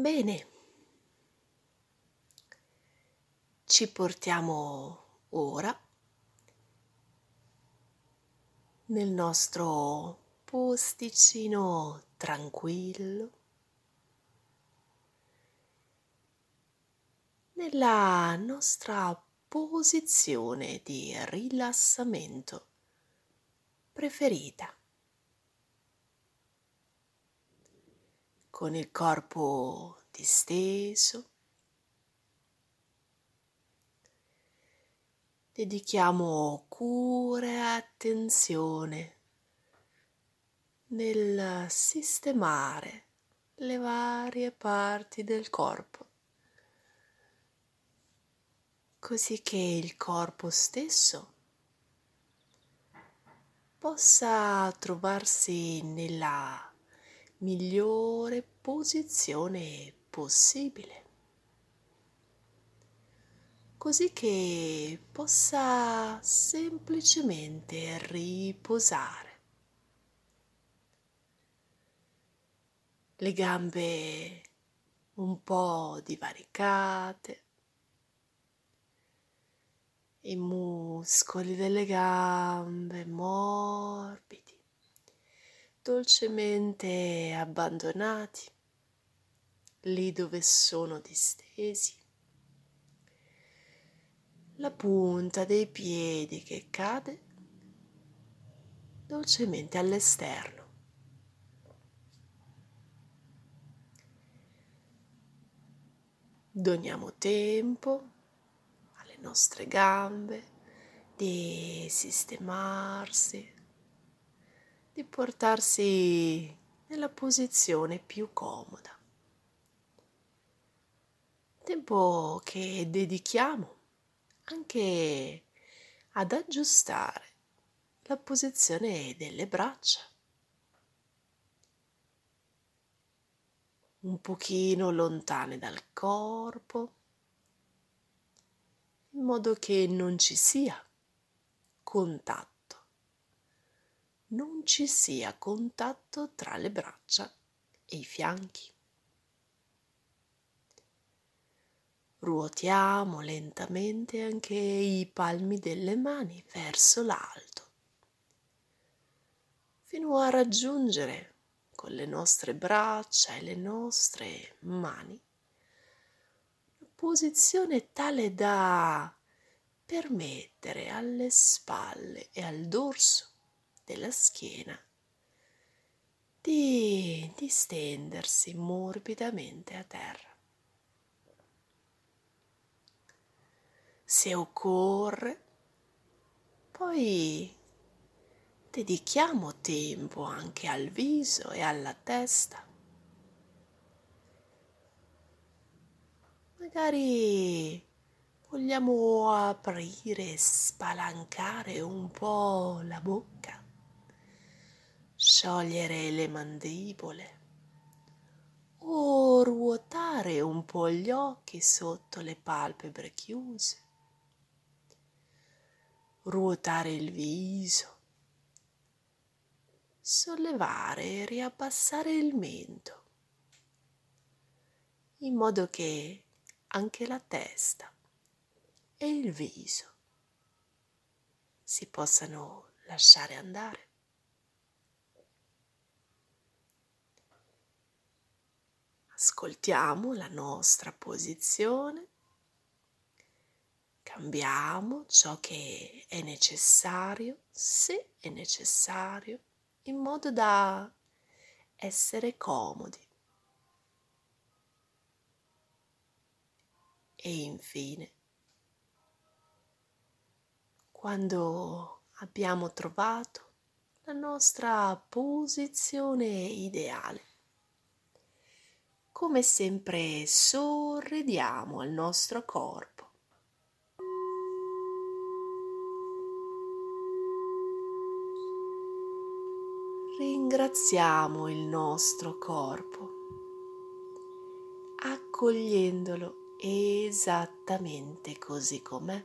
Bene, ci portiamo ora nel nostro posticino tranquillo, nella nostra posizione di rilassamento preferita, con il corpo disteso. Dedichiamo cura e attenzione nel sistemare le varie parti del corpo, così che il corpo stesso possa trovarsi nella migliore posizione possibile, così che possa semplicemente riposare. Le gambe un po' divaricate, i muscoli delle gambe morbidi, dolcemente abbandonati lì dove sono distesi, la punta dei piedi che cade dolcemente all'esterno. Doniamo tempo alle nostre gambe di sistemarsi, di portarsi nella posizione più comoda. Tempo che dedichiamo anche ad aggiustare la posizione delle braccia, un pochino lontane dal corpo, in modo che non ci sia contatto, non ci sia contatto tra le braccia e i fianchi. Ruotiamo lentamente anche i palmi delle mani verso l'alto, fino a raggiungere con le nostre braccia e le nostre mani una posizione tale da permettere alle spalle e al dorso della schiena di distendersi morbidamente a terra. Se occorre, poi dedichiamo tempo anche al viso e alla testa. Magari vogliamo aprire e spalancare un po' la bocca, sciogliere le mandibole o ruotare un po' gli occhi sotto le palpebre chiuse, ruotare il viso, sollevare e riabbassare il mento, in modo che anche la testa e il viso si possano lasciare andare. Ascoltiamo la nostra posizione, cambiamo ciò che è necessario, se è necessario, in modo da essere comodi. E infine, quando abbiamo trovato la nostra posizione ideale, come sempre sorridiamo al nostro corpo. Ringraziamo il nostro corpo, accogliendolo esattamente così com'è.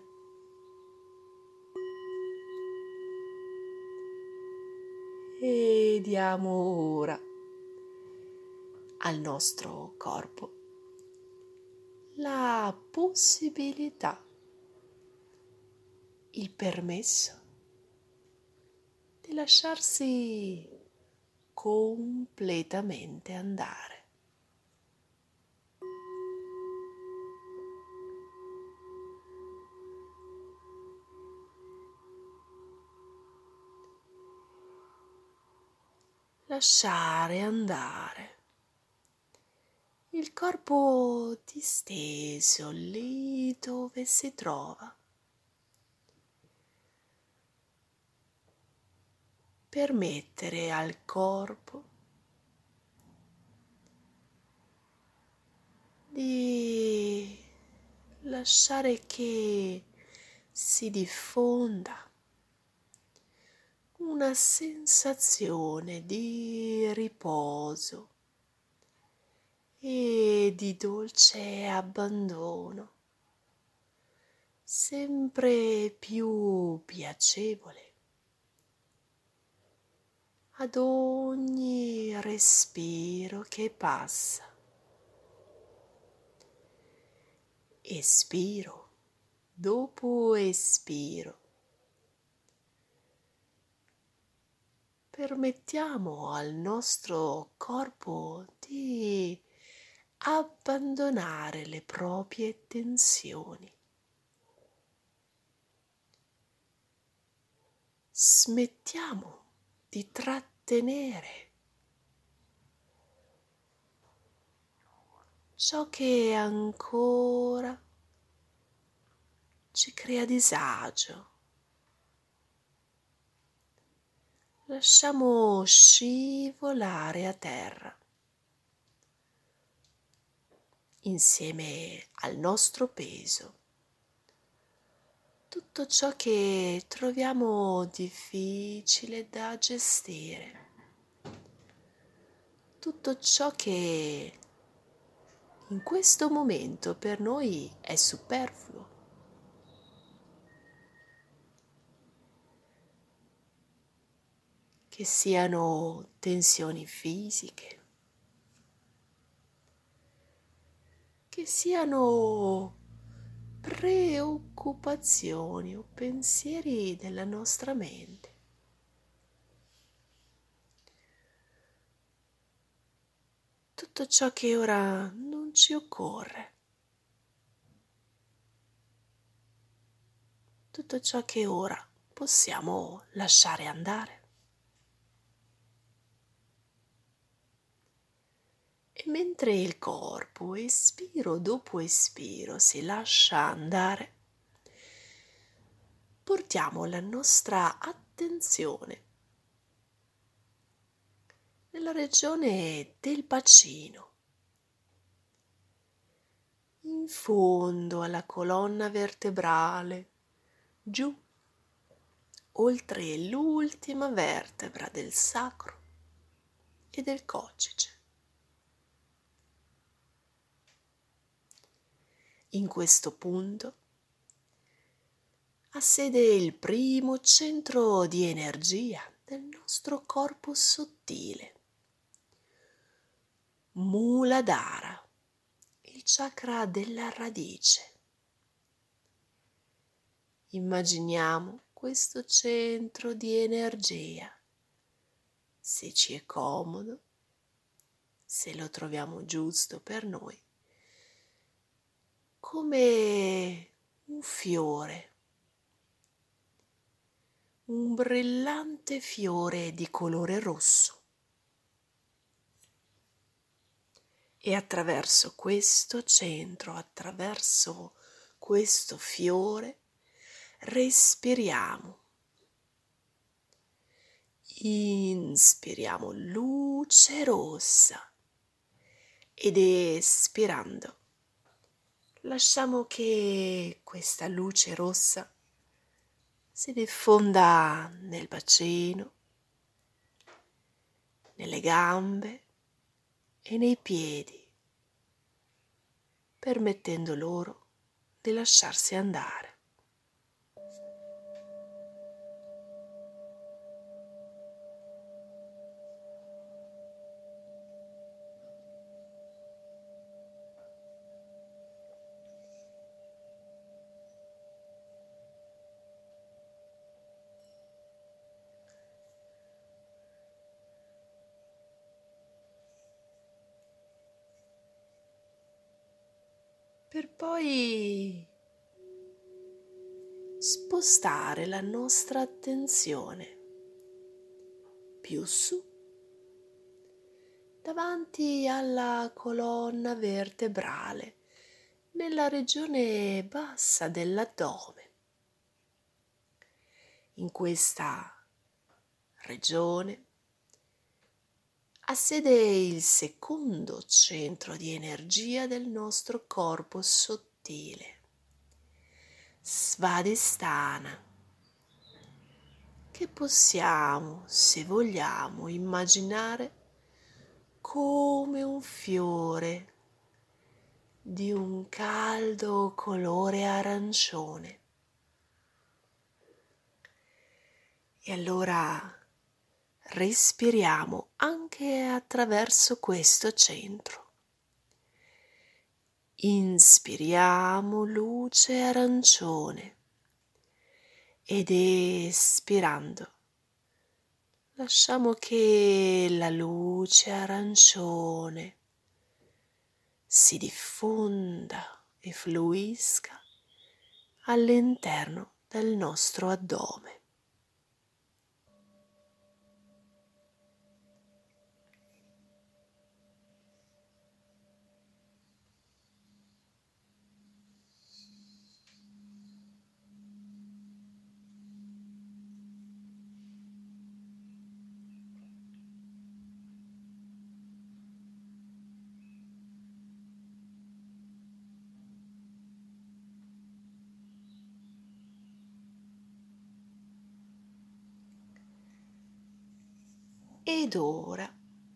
E diamo ora al nostro corpo la possibilità, il permesso di lasciarsi completamente andare. Lasciare andare il corpo disteso lì dove si trova. Permettere al corpo di lasciare che si diffonda una sensazione di riposo e di dolce abbandono, sempre più piacevole ad ogni respiro che passa. Espiro dopo espiro. Permettiamo al nostro corpo di abbandonare le proprie tensioni. Smettiamo di trattenere ciò che ancora ci crea disagio. Lasciamo scivolare a terra insieme al nostro peso tutto ciò che troviamo difficile da gestire, tutto ciò che in questo momento per noi è superfluo. Che siano tensioni fisiche, che siano preoccupazioni o pensieri della nostra mente. Tutto ciò che ora non ci occorre, tutto ciò che ora possiamo lasciare andare. E mentre il corpo, espiro dopo espiro, si lascia andare, portiamo la nostra attenzione nella regione del bacino, in fondo alla colonna vertebrale, giù, oltre l'ultima vertebra del sacro e del coccige. In questo punto ha sede il primo centro di energia del nostro corpo sottile, Muladhara, il chakra della radice. Immaginiamo questo centro di energia, se ci è comodo, se lo troviamo giusto per noi, come un fiore, un brillante fiore di colore rosso. E attraverso questo centro, attraverso questo fiore, respiriamo. Inspiriamo luce rossa ed espirando lasciamo che questa luce rossa si diffonda nel bacino, nelle gambe e nei piedi, permettendo loro di lasciarsi andare. per poi spostare la nostra attenzione più su, davanti alla colonna vertebrale, nella regione bassa dell'addome. In questa regione ha sede il secondo centro di energia del nostro corpo sottile, Svadhisthana, che possiamo, se vogliamo, immaginare come un fiore di un caldo colore arancione. E allora respiriamo anche attraverso questo centro. Inspiriamo luce arancione ed espirando lasciamo che la luce arancione si diffonda e fluisca all'interno del nostro addome. Ed ora,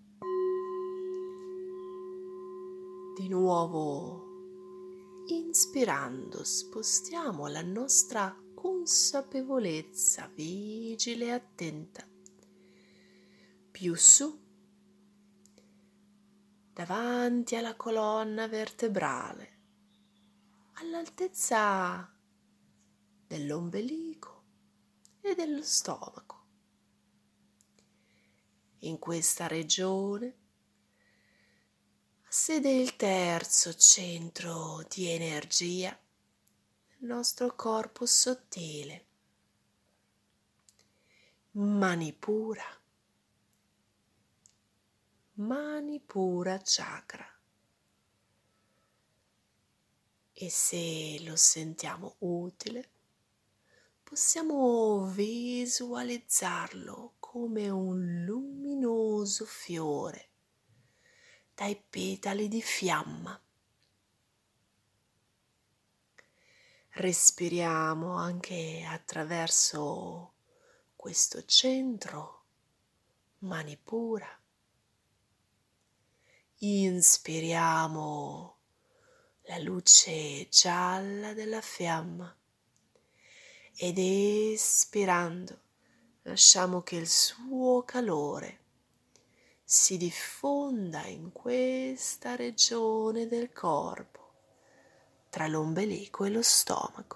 di nuovo, inspirando, spostiamo la nostra consapevolezza vigile e attenta più su, davanti alla colonna vertebrale, all'altezza dell'ombelico e dello stomaco. In questa regione ha sede il terzo centro di energia del nostro corpo sottile, Manipura Chakra. E se lo sentiamo utile, possiamo visualizzarlo come un luminoso fiore dai petali di fiamma. Respiriamo anche attraverso questo centro, Manipura. Inspiriamo la luce gialla della fiamma ed espirando lasciamo che il suo calore si diffonda in questa regione del corpo, tra l'ombelico e lo stomaco.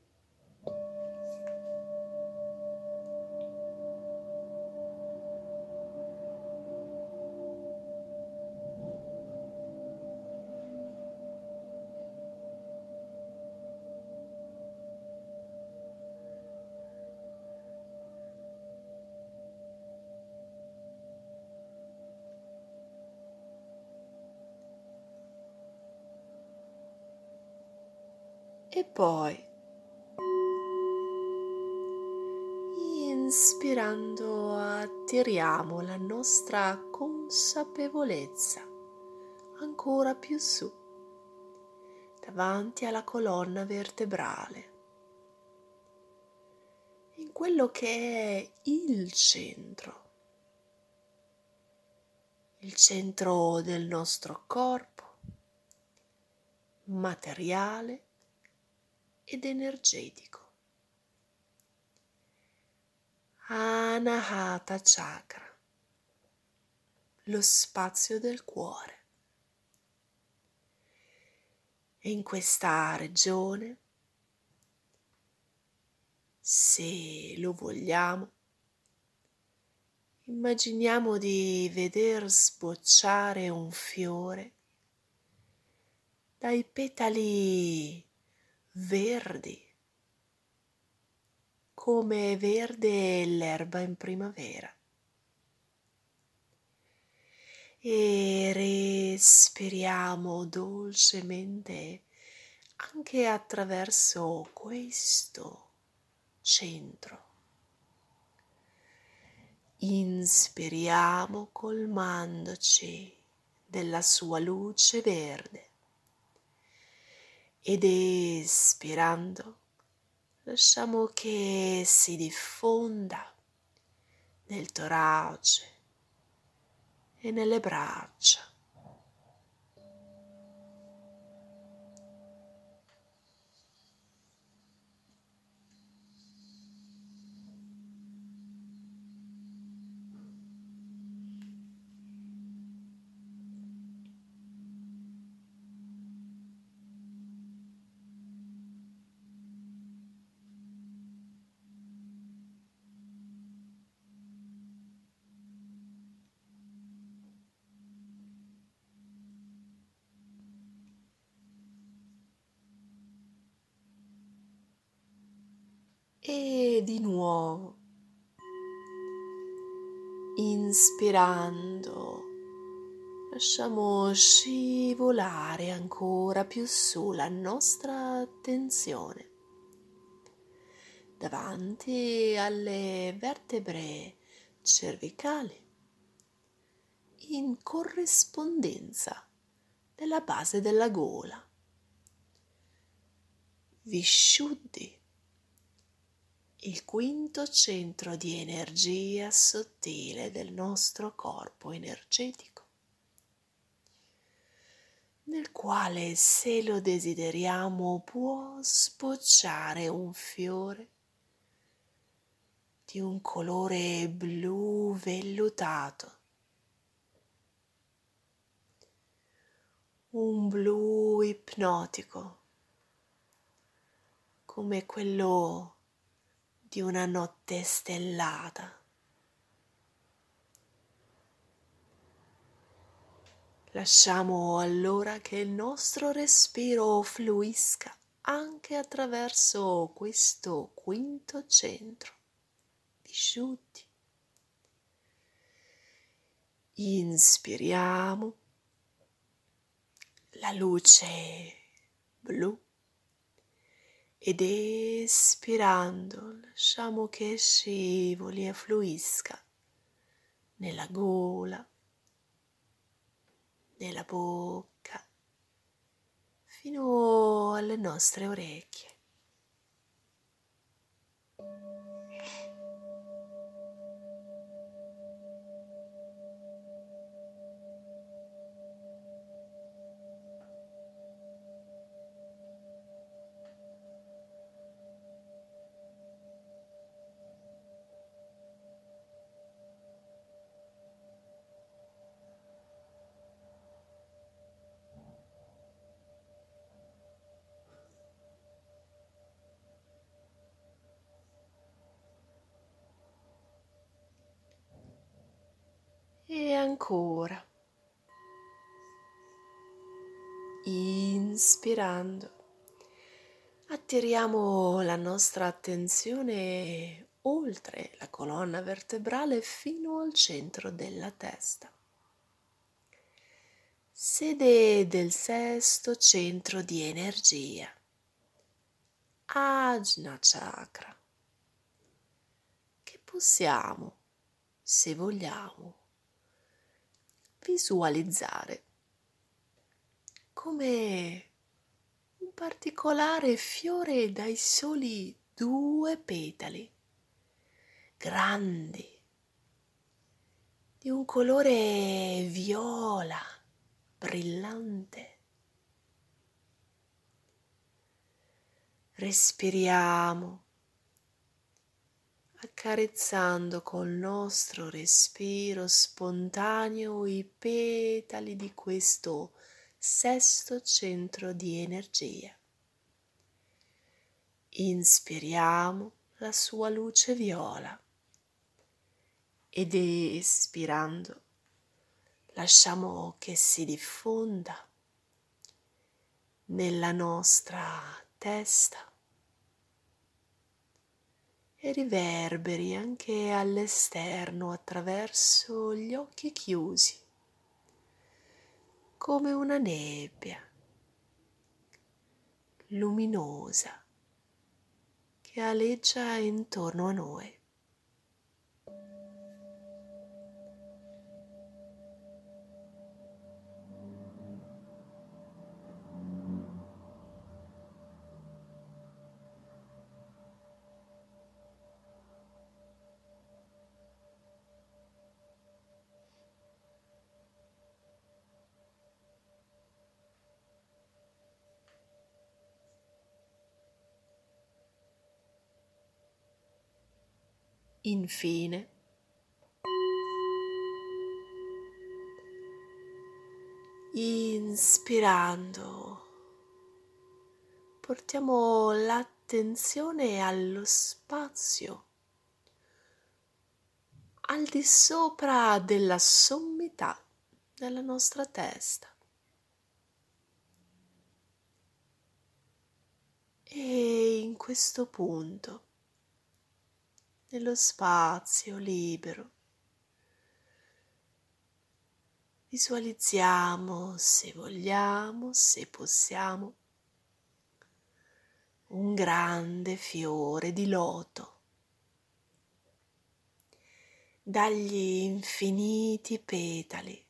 E poi, inspirando, attiriamo la nostra consapevolezza ancora più su, davanti alla colonna vertebrale, in quello che è il centro del nostro corpo, materiale ed energetico. Anahata Chakra, lo spazio del cuore. E in questa regione, se lo vogliamo, immaginiamo di veder sbocciare un fiore dai petali verdi, come verde l'erba in primavera. E respiriamo dolcemente anche attraverso questo centro. Inspiriamo colmandoci della sua luce verde ed espirando lasciamo che si diffonda nel torace e nelle braccia. E di nuovo, inspirando, lasciamo scivolare ancora più su la nostra attenzione davanti alle vertebre cervicali in corrispondenza della base della gola. Vishuddhi, il quinto centro di energia sottile del nostro corpo energetico, nel quale, se lo desideriamo, può sbocciare un fiore di un colore blu vellutato, un blu ipnotico, come quello di una notte stellata. Lasciamo allora che il nostro respiro fluisca anche attraverso questo quinto centro, Vishuddhi. Inspiriamo la luce blu ed espirando lasciamo che scivoli e fluisca nella gola, nella bocca, fino alle nostre orecchie. E ancora, inspirando, attiriamo la nostra attenzione oltre la colonna vertebrale fino al centro della testa, sede del sesto centro di energia, Ajna Chakra, che possiamo, se vogliamo, visualizzare come un particolare fiore dai soli 2 petali, grandi, di un colore viola, brillante. Respiriamo, accarezzando col nostro respiro spontaneo i petali di questo sesto centro di energia. Inspiriamo la sua luce viola ed espirando lasciamo che si diffonda nella nostra testa e riverberi anche all'esterno attraverso gli occhi chiusi, come una nebbia luminosa che aleggia intorno a noi. Infine, inspirando, portiamo l'attenzione allo spazio al di sopra della sommità della nostra testa e in questo punto, nello spazio libero, visualizziamo, se vogliamo, se possiamo, un grande fiore di loto dagli infiniti petali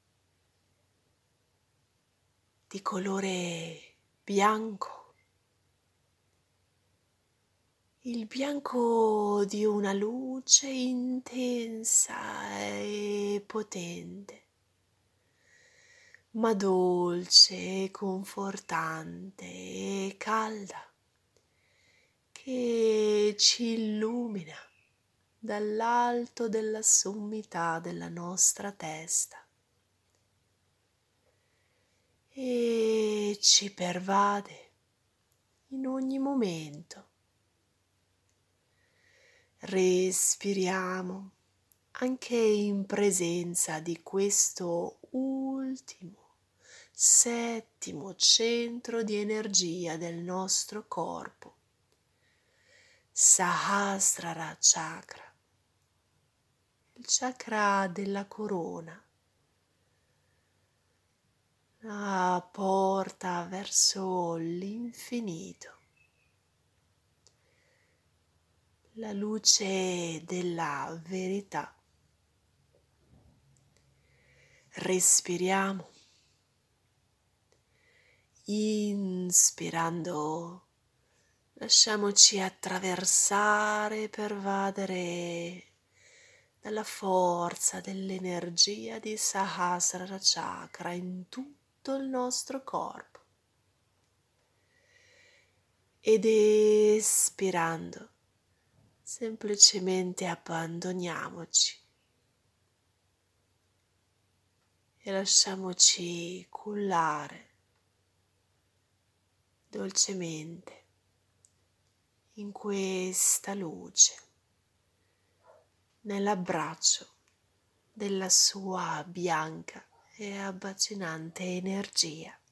di colore bianco, il bianco di una luce intensa e potente, ma dolce e confortante e calda, che ci illumina dall'alto della sommità della nostra testa e ci pervade in ogni momento. Respiriamo anche in presenza di questo ultimo, settimo centro di energia del nostro corpo, Sahasrara Chakra, il chakra della corona, la porta verso l'infinito, la luce della verità. Respiriamo, inspirando, lasciamoci attraversare e pervadere dalla forza dell'energia di Sahasrara Chakra in tutto il nostro corpo. Ed espirando, semplicemente abbandoniamoci e lasciamoci cullare dolcemente in questa luce, nell'abbraccio della sua bianca e abbacinante energia.